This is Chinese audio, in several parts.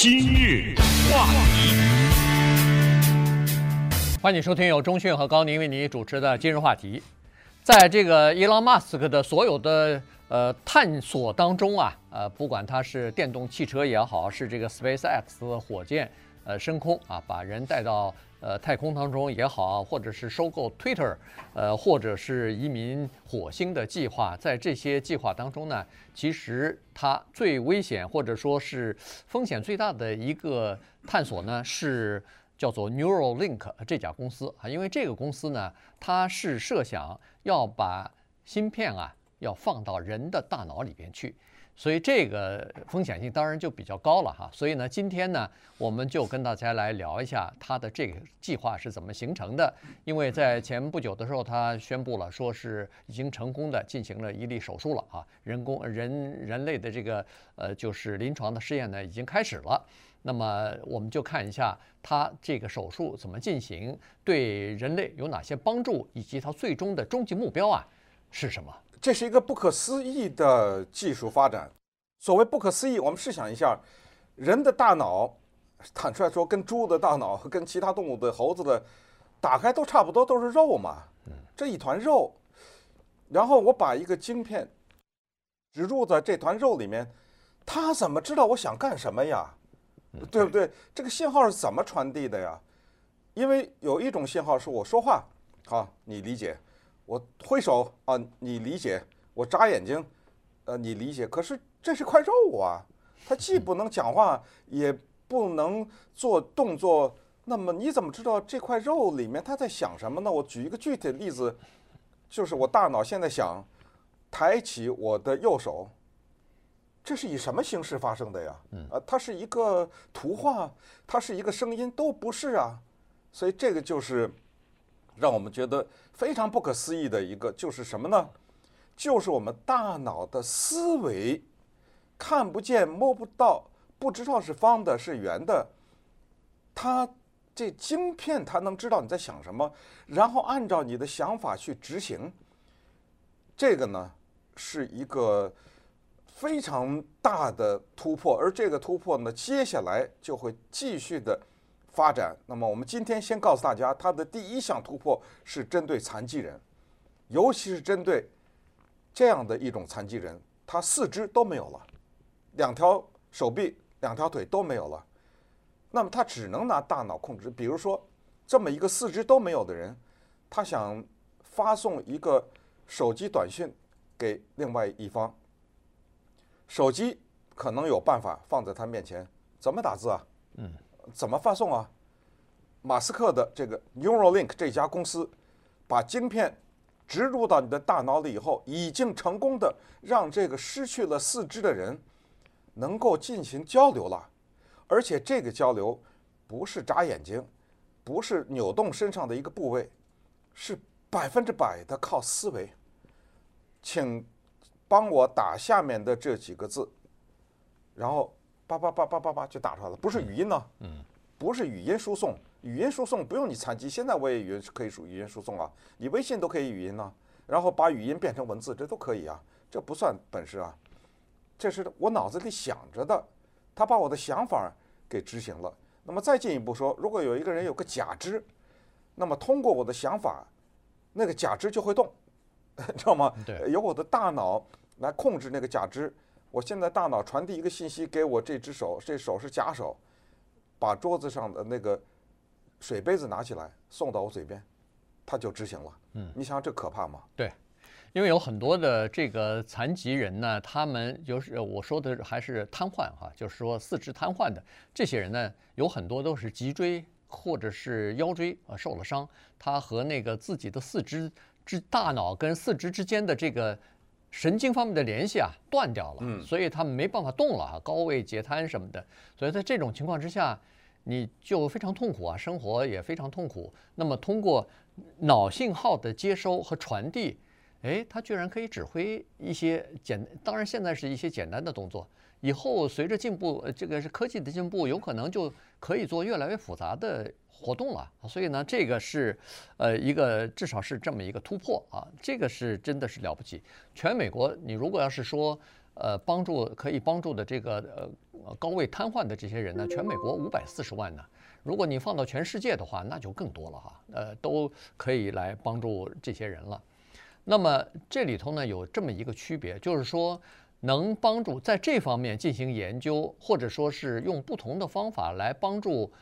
今日话题， 欢迎收听由钟讯和高宁为你主持的今日话题。在这个伊隆马斯克的所有的探索当中啊，不管它是电动汽车也好，是这个 SpaceX 的火箭升空啊，把人带到太空当中也好，或者是收购 Twitter，或者是移民火星的计划，在这些计划当中呢，其实它最危险或者说是风险最大的一个探索呢，是叫做 Neuralink 这家公司啊，因为这个公司呢，它是设想要把芯片啊要放到人的大脑里边去。所以这个风险性当然就比较高了哈。所以呢，今天呢，我们就跟大家来聊一下它的这个计划是怎么形成的。因为在前不久的时候，他宣布了说是已经成功的进行了一例手术了啊，人类的这个就是临床的试验呢已经开始了。那么我们就看一下它这个手术怎么进行，对人类有哪些帮助，以及它最终的终极目标啊是什么。 这是一个不可思议的技术发展。所谓不可思议，我们试想一下，人的大脑，坦率说，跟猪的大脑、跟其他动物的猴子的打开都差不多，都是肉嘛。这一团肉，然后我把一个晶片植入在这团肉里面，它怎么知道我想干什么呀？对不对？这个信号是怎么传递的呀？因为有一种信号是我说话，好，你理解。我挥手啊，你理解；我眨眼睛，你理解。可是这是块肉啊，它既不能讲话，也不能做动作。那么你怎么知道这块肉里面它在想什么呢？我举一个具体的例子，就是我大脑现在想抬起我的右手，这是以什么形式发生的呀？它是一个图画，它是一个声音，都不是啊。所以这个就是让我们觉得非常不可思议的一个，就是什么呢？就是我们大脑的思维看不见摸不到，不知道是方的是圆的，它这晶片它能知道你在想什么，然后按照你的想法去执行。这个呢是一个非常大的突破，而这个突破呢，接下来就会继续的发展。那么我们今天先告诉大家，它的第一项突破是针对残疾人，尤其是针对这样的一种残疾人，他四肢都没有了，2条手臂、2条腿都没有了，那么他只能拿大脑控制。比如说，这么一个四肢都没有的人，他想发送一个手机短信给另外一方，手机可能有办法放在他面前，怎么打字啊？怎么发送啊？马斯克的这个 Neuralink 这家公司把晶片植入到你的大脑里以后，已经成功的让这个失去了四肢的人能够进行交流了，而且这个交流不是眨眼睛，不是扭动身上的一个部位，是100%的靠思维。请帮我打下面的这几个字，然后叭叭叭叭叭叭就打出来了，不是语音呢，不是语音输送，语音输送不用你残疾，现在我也可以属语音输送啊，你微信都可以语音呢，然后把语音变成文字，这都可以啊，这不算本事啊，这是我脑子里想着的，他把我的想法给执行了。那么再进一步说，如果有一个人有个假肢，那么通过我的想法，那个假肢就会动，知道吗？由我的大脑来控制那个假肢。我现在大脑传递一个信息给我这只手，这手是假手，把桌子上的那个水杯子拿起来送到我嘴边，它就执行了。你想想这可怕吗？ 对，因为有很多的这个残疾人呢，他们就是我说的还是瘫痪哈，就是说四肢瘫痪的这些人呢，有很多都是脊椎或者是腰椎受了伤，他和那个自己的四肢大脑跟四肢之间的这个神经方面的联系啊断掉了，所以他们没办法动了高位截瘫什么的。所以在这种情况之下，你就非常痛苦啊，生活也非常痛苦。那么通过脑信号的接收和传递，它居然可以指挥一些当然现在是一些简单的动作，以后随着进步，这个是科技的进步，有可能就可以做越来越复杂的活动了。所以呢，这个是一个至少是这么一个突破啊，这个是真的是了不起。全美国，你如果要是说可以帮助的这个高位瘫痪的这些人呢，全美国540万呢。如果你放到全世界的话，那就更多了哈，都可以来帮助这些人了。那么这里头呢有这么一个区别，就是说能帮助在这方面进行研究，或者说是用不同的方法来帮助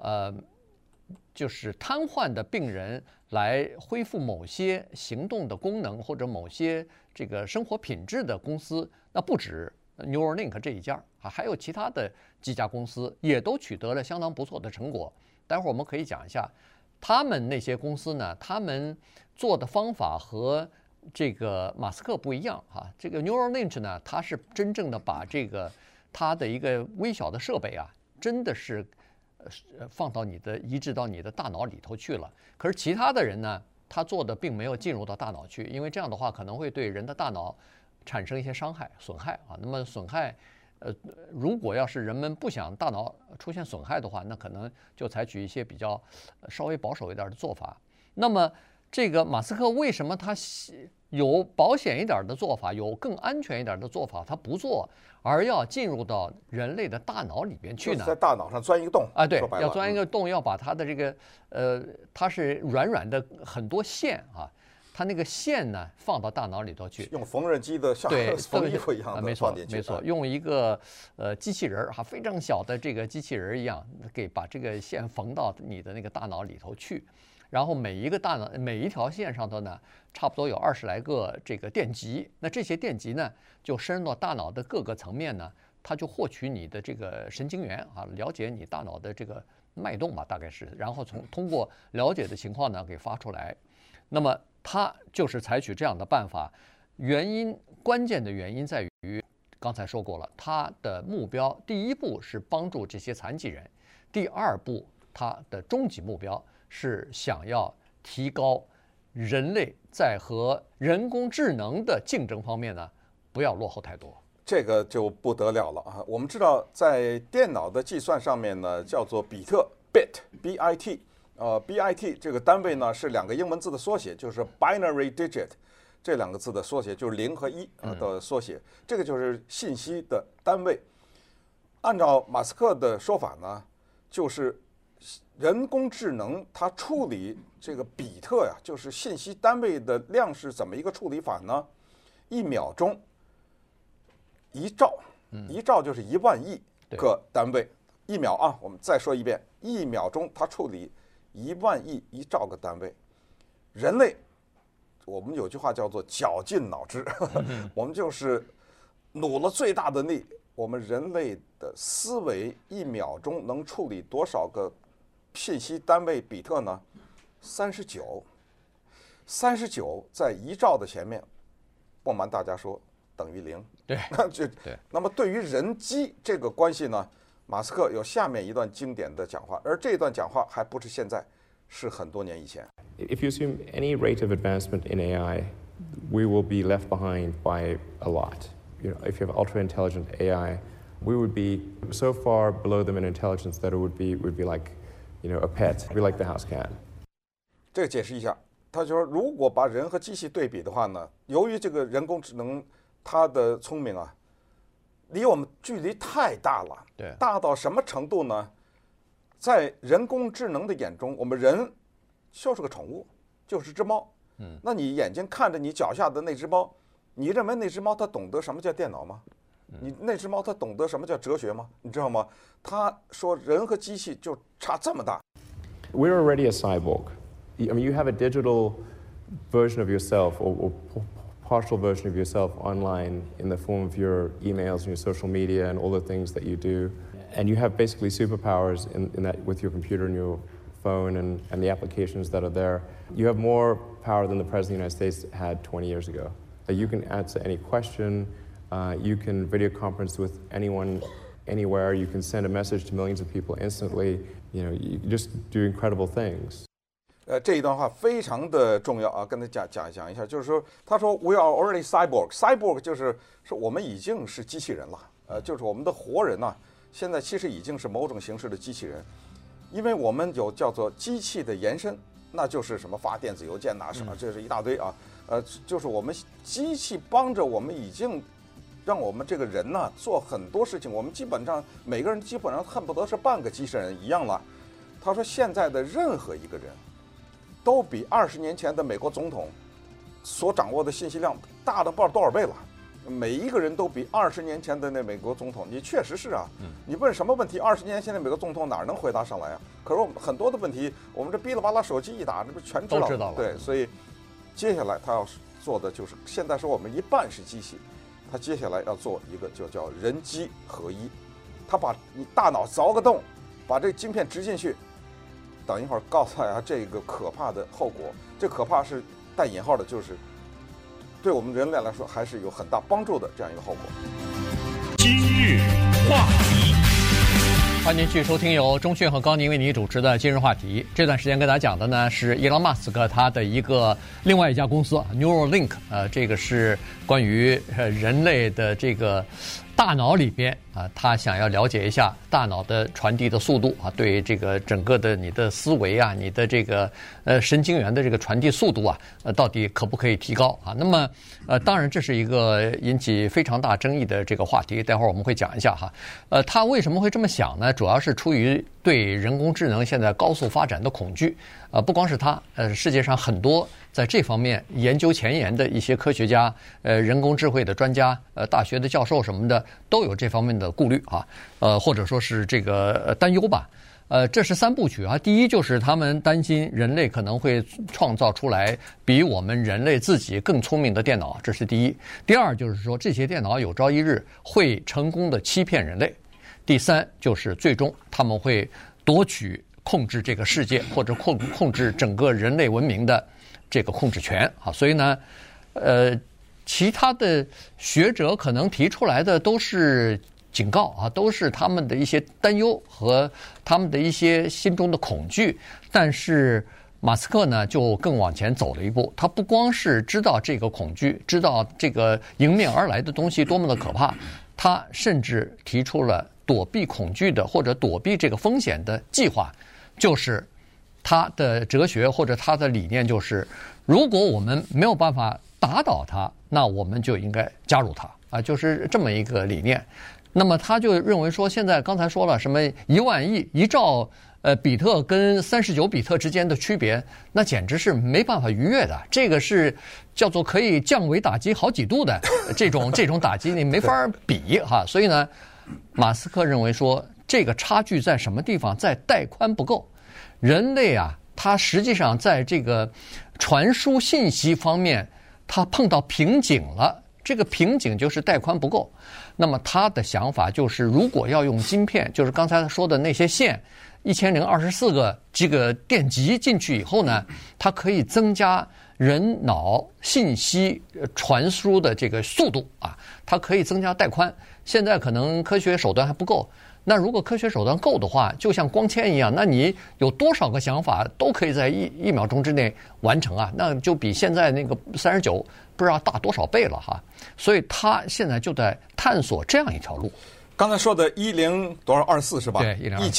就是瘫痪的病人来恢复某些行动的功能或者某些这个生活品质的公司，那不止Neuralink 这一家啊，还有其他的几家公司也都取得了相当不错的成果。待会儿我们可以讲一下，他们那些公司呢，他们做的方法和这个马斯克不一样啊。这个 Neuralink 呢，它是真正的把这个它的一个微小的设备啊，真的是放到移植到你的大脑里头去了。可是其他的人呢，他做的并没有进入到大脑去，因为这样的话可能会对人的大脑产生一些伤害、损害啊。那么损害，如果要是人们不想大脑出现损害的话，那可能就采取一些比较稍微保守一点的做法。那么这个马斯克为什么他有保险一点的做法，有更安全一点的做法，他不做，而要进入到人类的大脑里边去呢？ 在大脑上钻一个洞啊，对，要钻一个洞，要把它的这个它是软软的很多线啊。它那个线呢，放到大脑里头去， 用缝纫机的像缝衣服一样的没错没错，用一个机器人哈，非常小的这个机器人一样，把这个线缝到你的那个大脑里头去，然后每一条线上头呢，差不多有20来个这个电极，那这些电极呢，就深入到大脑的各个层面呢，它就获取你的这个神经元啊，了解你大脑的这个脉动吧，大概是，然后通过了解的情况呢，给发出来，那么。他就是采取这样的办法，关键的原因在于，刚才说过了，他的目标第一步是帮助这些残疾人，第二步他的终极目标是想要提高人类在和人工智能的竞争方面呢，不要落后太多。 这个就不得了了啊！我们知道，在电脑的计算上面呢，叫做比特 （bit），B-I-T。bit 这个单位呢是2个英文字的缩写，就是 binary digit 这2个字的缩写，就是0和1的缩写，这个就是信息的单位。按照马斯克的说法呢，就是人工智能它处理这个比特呀，就是信息单位的量是怎么一个处理法呢？1秒钟1兆，1兆就是1万亿个单位，1秒啊，我们再说一遍，1秒钟它处理1万亿1兆个单位。人类，我们有句话叫做绞尽脑汁，我们就是努了最大的力。我们人类的思维1秒钟能处理多少个信息单位比特呢？39在1兆的前面，不瞒大家说等于0。 对， 那么对于人机这个关系呢？马斯克有下面一段经典的讲话，而这段讲话还不是现在，是很多年以前。 If you assume any rate of advancement in AI, we will be left behind by a lot. If you have ultra-intelligent AI, we would be so far below them in intelligence that it would be like, a pet. We'd be like the house cat. 这个解释一下，他就说，如果把人和机器对比的话呢，由于这个人工智能它的聪明啊，离我们距离太大了。 对， 大到什么程度呢？在人工智能的眼中，我们人就是个宠物，就是只猫。那你眼睛看着你脚下的那只猫，你认为那只猫它懂得什么叫电脑吗？你那只猫它懂得什么叫哲学吗？你知道吗？他说人和机器就差这么大。 We're already a cyborg. I mean, you have a digital version of yourself or partial version of yourself online in the form of your emails and your social media and all the things that you do. And you have basically superpowers in that with your computer and your phone and the applications that are there. You have more power than the President of the United States had 20 years ago. You can answer any question. You can video conference with anyone, anywhere. You can send a message to millions of people instantly. You just do incredible things. 这一段话非常的重要啊，跟他讲一下，就是说，他说 We are already cyborg 就是说我们已经是机器人了，就是我们的活人呐，现在其实已经是某种形式的机器人，因为我们有叫做机器的延伸，那就是什么发电子邮件呐，什么这是一大堆啊，就是我们机器帮着我们已经让我们这个人呢做很多事情，我们基本上每个人基本上恨不得是半个机器人一样了。他说现在的任何一个人都比20年前的美国总统所掌握的信息量大了不知道多少倍了。每一个人都比20年前的那美国总统，你确实是啊，你问什么问题，20年前的美国总统哪能回答上来啊？可是我们很多的问题，我们这哔哩吧啦手机一打，这不全知道了。 都知道了。 对，所以接下来他要做的就是，现在说我们一半是机器，他接下来要做一个就叫人机合一，他把你大脑凿个洞，把这晶片植进去，等一会儿告诉大家这个可怕的后果。这可怕是带引号的，就是对我们人类来说还是有很大帮助的这样一个后果。 今日话题， 欢迎继续收听由钟迅和高宁为你主持的今日话题。这段时间跟大家讲的呢是伊隆马斯克他的一个另外一家公司 Neuralink， 这个是关于人类的这个大脑里边啊，他想要了解一下大脑的传递的速度啊，对这个整个的你的思维啊，你的这个神经元的这个传递速度啊，到底可不可以提高啊？那么当然这是一个引起非常大争议的这个话题，待会儿我们会讲一下哈。他为什么会这么想呢？主要是出于对人工智能现在高速发展的恐惧。不光是他，世界上很多在这方面研究前沿的一些科学家、人工智慧的专家、大学的教授什么的，都有这方面的顾虑啊，或者说是这个担忧吧。这是3部曲啊。第一就是他们担心人类可能会创造出来比我们人类自己更聪明的电脑，这是第一。第二就是说这些电脑有朝一日会成功的欺骗人类。第三就是最终他们会夺取控制这个世界或者控制整个人类文明的这个控制权啊。所以呢，其他的学者可能提出来的都是警告啊，都是他们的一些担忧和他们的一些心中的恐惧。但是马斯克呢，就更往前走了一步，他不光是知道这个恐惧，知道这个迎面而来的东西多么的可怕，他甚至提出了躲避恐惧的或者躲避这个风险的计划。就是他的哲学或者他的理念就是，如果我们没有办法打倒他，那我们就应该加入他啊，就是这么一个理念。那么他就认为说，现在刚才说了什么1万亿1兆比特跟39比特之间的区别，那简直是没办法逾越的。这个是叫做可以降维打击好几度的这种打击，你没法比哈。所以呢，马斯克认为说，这个差距在什么地方？在带宽不够。人类啊，它实际上在这个传输信息方面，它碰到瓶颈了。这个瓶颈就是带宽不够。那么他的想法就是，如果要用晶片，就是刚才说的那些线，1024个这个电极进去以后呢，它可以增加人脑信息传输的这个速度啊，它可以增加带宽。现在可能科学手段还不够。那如果科学手段够的话，就像光纤一样，那你有多少个想法都可以在一秒钟之内完成啊，那就比现在那个39不知道大多少倍了哈。所以他现在就在探索这样一条路。 刚才说的1024是吧？ 对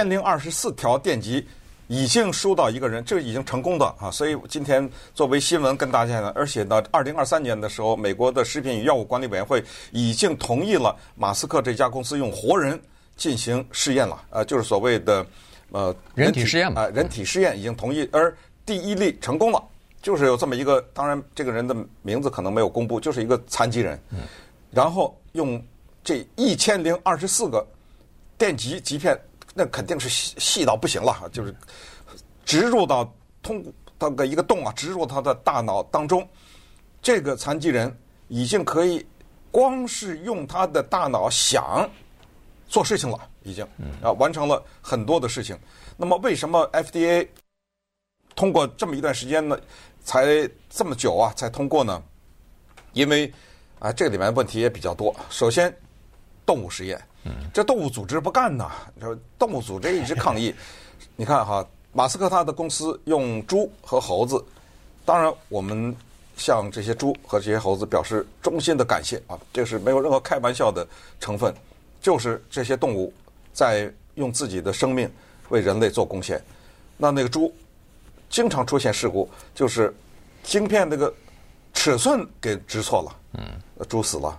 ，1024条电极已经输到一个人，这个已经成功的啊。所以今天作为新闻跟大家讲，而且呢，2023年的时候，美国的食品与药物管理委员会已经同意了马斯克这家公司用活人进行试验了，就是所谓的人体试验嘛， 人体试验已经同意，而第一例成功了，就是有这么一个，当然这个人的名字可能没有公布，就是一个残疾人，然后用这1024个电极极片，那肯定是细到不行了，就是植入到通过一个洞啊，植入他的大脑当中，这个残疾人已经可以光是用他的大脑想做事情了，已经完成了很多的事情。那么为什么 FDA 通过这么一段时间呢，才这么久啊才通过呢？因为这里面问题也比较多。首先，动物实验，这动物组织不干呐，动物组织一直抗议。你看哈，马斯克他的公司用猪和猴子，当然我们向这些猪和这些猴子表示衷心的感谢啊，这是没有任何开玩笑的成分。就是这些动物在用自己的生命为人类做贡献。那个猪经常出现事故，就是晶片那个尺寸给植错了，猪死了。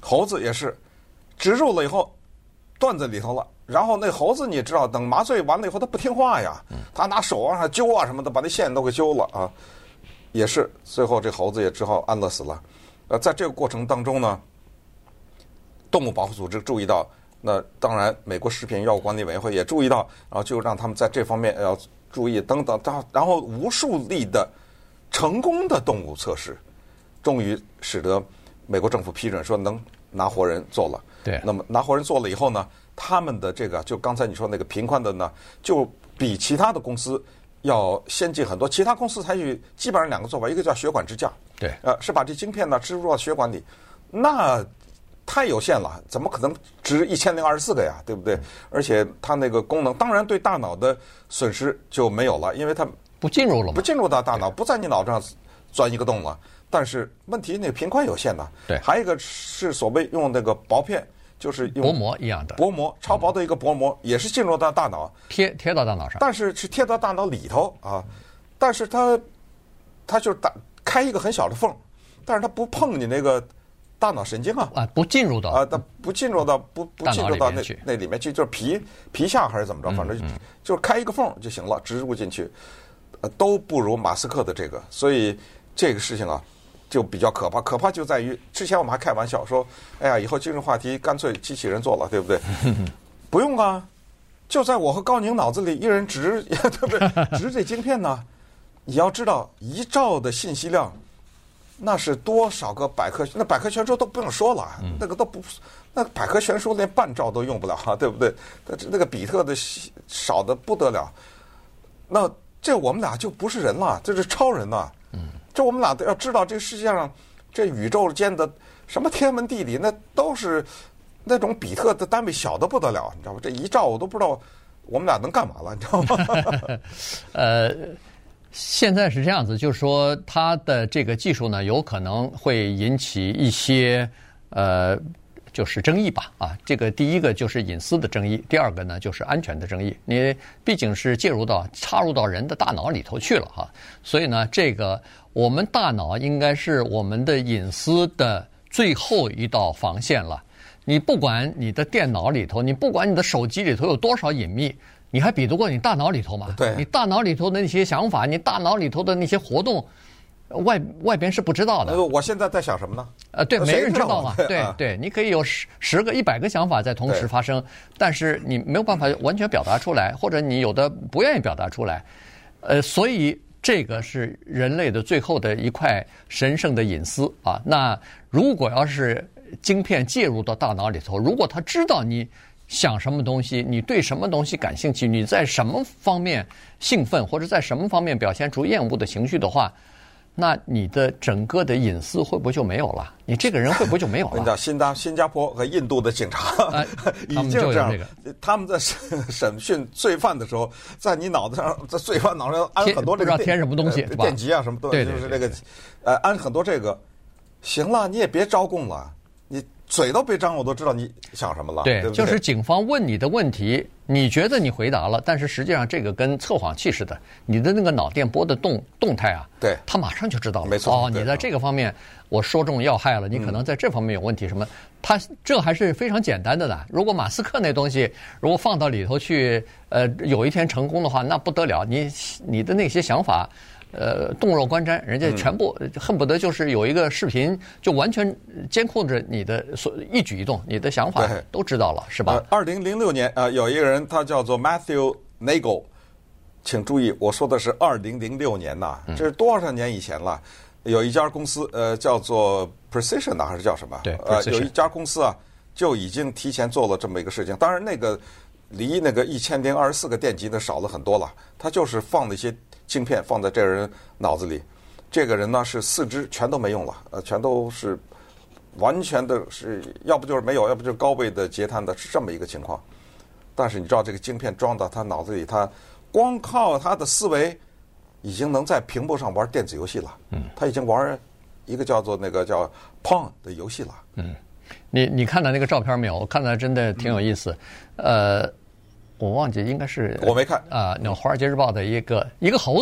猴子也是植入了以后断在里头了，然后那猴子你知道，等麻醉完了以后它不听话呀，它拿手往上揪啊什么的，把那线都给揪了啊，也是最后这猴子也只好安乐死了。在这个过程当中呢，动物保护组织注意到，那当然美国食品药物管理委员会也注意到，然后就让他们在这方面要注意等等，然后无数例的成功的动物测试，终于使得美国政府批准说能拿活人做了。 对， 那么拿活人做了以后呢，他们的这个就刚才你说那个频宽的呢，就比其他的公司要先进很多。其他公司采取基本上2个做法，一个叫血管支架， 对， 是把这晶片呢植入到血管里，那太有限了，怎么可能植1024个呀？对不对？而且它那个功能，当然对大脑的损失就没有了，因为它不进入了嘛， 不进入到大脑，不在你脑上钻一个洞了。但是问题那个频宽有限呐。 对， 还有一个是所谓用那个薄片，就是用薄膜一样的薄膜，超薄的一个薄膜，也是进入到大脑， 贴到大脑上， 但是贴到大脑里头啊。但是它就是开一个很小的缝，但是它不碰你那个大脑神经啊， 不进入到它不进入到不进入到那里面去，就是皮下还是怎么着，反正就是开一个缝就行了，植入进去，都不如马斯克的这个，所以这个事情啊就比较可怕。可怕就在于之前我们还开玩笑说，哎呀，以后今日话题干脆机器人做了，对不对？不用啊，就在我和高宁脑子里，一人植，对不对？植这晶片呢，你要知道1兆的信息量。那是多少个百科？那百科全书都不用说了，那个都不，那百科全书连半兆都用不了，对不对？那个比特的少的不得了。那这我们俩就不是人了，这是超人呐。这我们俩要知道，这世界上这宇宙间的什么天文地理，那都是那种比特的单位小的不得了，你知道吗？这1兆我都不知道我们俩能干嘛了，你知道吗？ 现在是这样子，就是说它的这个技术呢，有可能会引起一些就是争议吧。这个第一个就是隐私的争议，第二个呢就是安全的争议。你毕竟是插入到人的大脑里头去了所以呢，这个我们大脑应该是我们的隐私的最后一道防线了。你不管你的电脑里头，你不管你的手机里头有多少隐秘。你还比得过你大脑里头吗？ 对， 你大脑里头的那些想法，你大脑里头的那些活动，外边是不知道的。 我现在在想什么呢？ 对，没人知道嘛。对，你可以有10个、100个想法在同时发生，但是你没有办法完全表达出来，或者你有的不愿意表达出来。所以这个是人类的最后的一块神圣的隐私啊。那如果要是晶片介入到大脑里头，如果他知道你想什么东西，你对什么东西感兴趣，你在什么方面兴奋，或者在什么方面表现出厌恶的情绪的话，那你的整个的隐私会不会就没有了？你这个人会不会就没有了？ 我跟你讲，新加坡和印度的警察已经这样，他们在审讯罪犯的时候，在你脑子上，在罪犯脑上安很多这个不知道填什么东西， 电极啊什么的，就是这个安很多这个。行了，你也别招供了，你嘴都别张，我都知道你想什么了。对， 就是警方问你的问题，你觉得你回答了，但是实际上这个跟测谎器似的，你的那个脑电波的动态啊， 对， 他马上就知道了。 没错， 你在这个方面我说中要害了，你可能在这方面有问题什么？他这还是非常简单的呢。如果马斯克那东西如果放到里头去，有一天成功的话，那不得了，你的那些想法。洞若观瞻，人家全部恨不得就是有一个视频，就完全监控着你的一举一动，你的想法都知道了，是吧 ？2006年有一个人，他叫做 Matthew Nagel， 请注意，我说的是2006年呐，这是多少年以前了？有一家公司，叫做 Precision 还是叫什么？ 对， 有一家公司啊，就已经提前做了这么一个事情。当然，那个离那个1024个电极的少了很多了，他就是放了一些晶片放在这个人脑子里，这个人呢是4肢全都没用了，全都是完全的是，要不就是没有，要不就是高位的截瘫的，是这么一个情况。但是你知道这个晶片装到他脑子里，他光靠他的思维，已经能在屏幕上玩电子游戏了。他已经玩一个叫做那个叫 Pong 的游戏了。 你看到那个照片没有？我看到真的挺有意思。我忘记应该是我没看那《华尔街日报》的一个猴子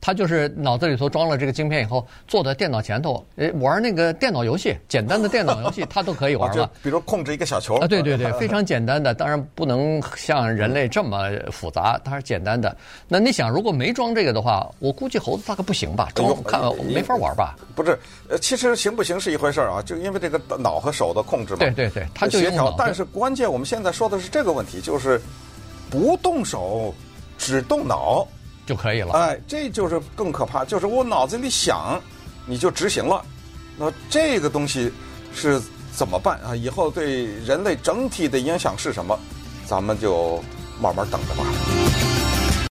他就是脑子里头装了这个晶片以后，坐在电脑前头，玩那个电脑游戏，简单的电脑游戏他都可以玩了。 比如控制一个小球啊，对对对，非常简单的，当然不能像人类这么复杂，它是简单的。那你想，如果没装这个的话，我估计猴子大概不行吧，看没法玩吧？ 不是，其实行不行是一回事啊，就因为这个脑和手的控制嘛。 对对对，它就协调。但是关键我们现在说的是这个问题，就是不动手，只动脑。 就可以了， 哎，这就是更可怕，就是我脑子里想，你就执行了，那这个东西是怎么办啊？以后对人类整体的影响是什么？咱们就慢慢等着吧。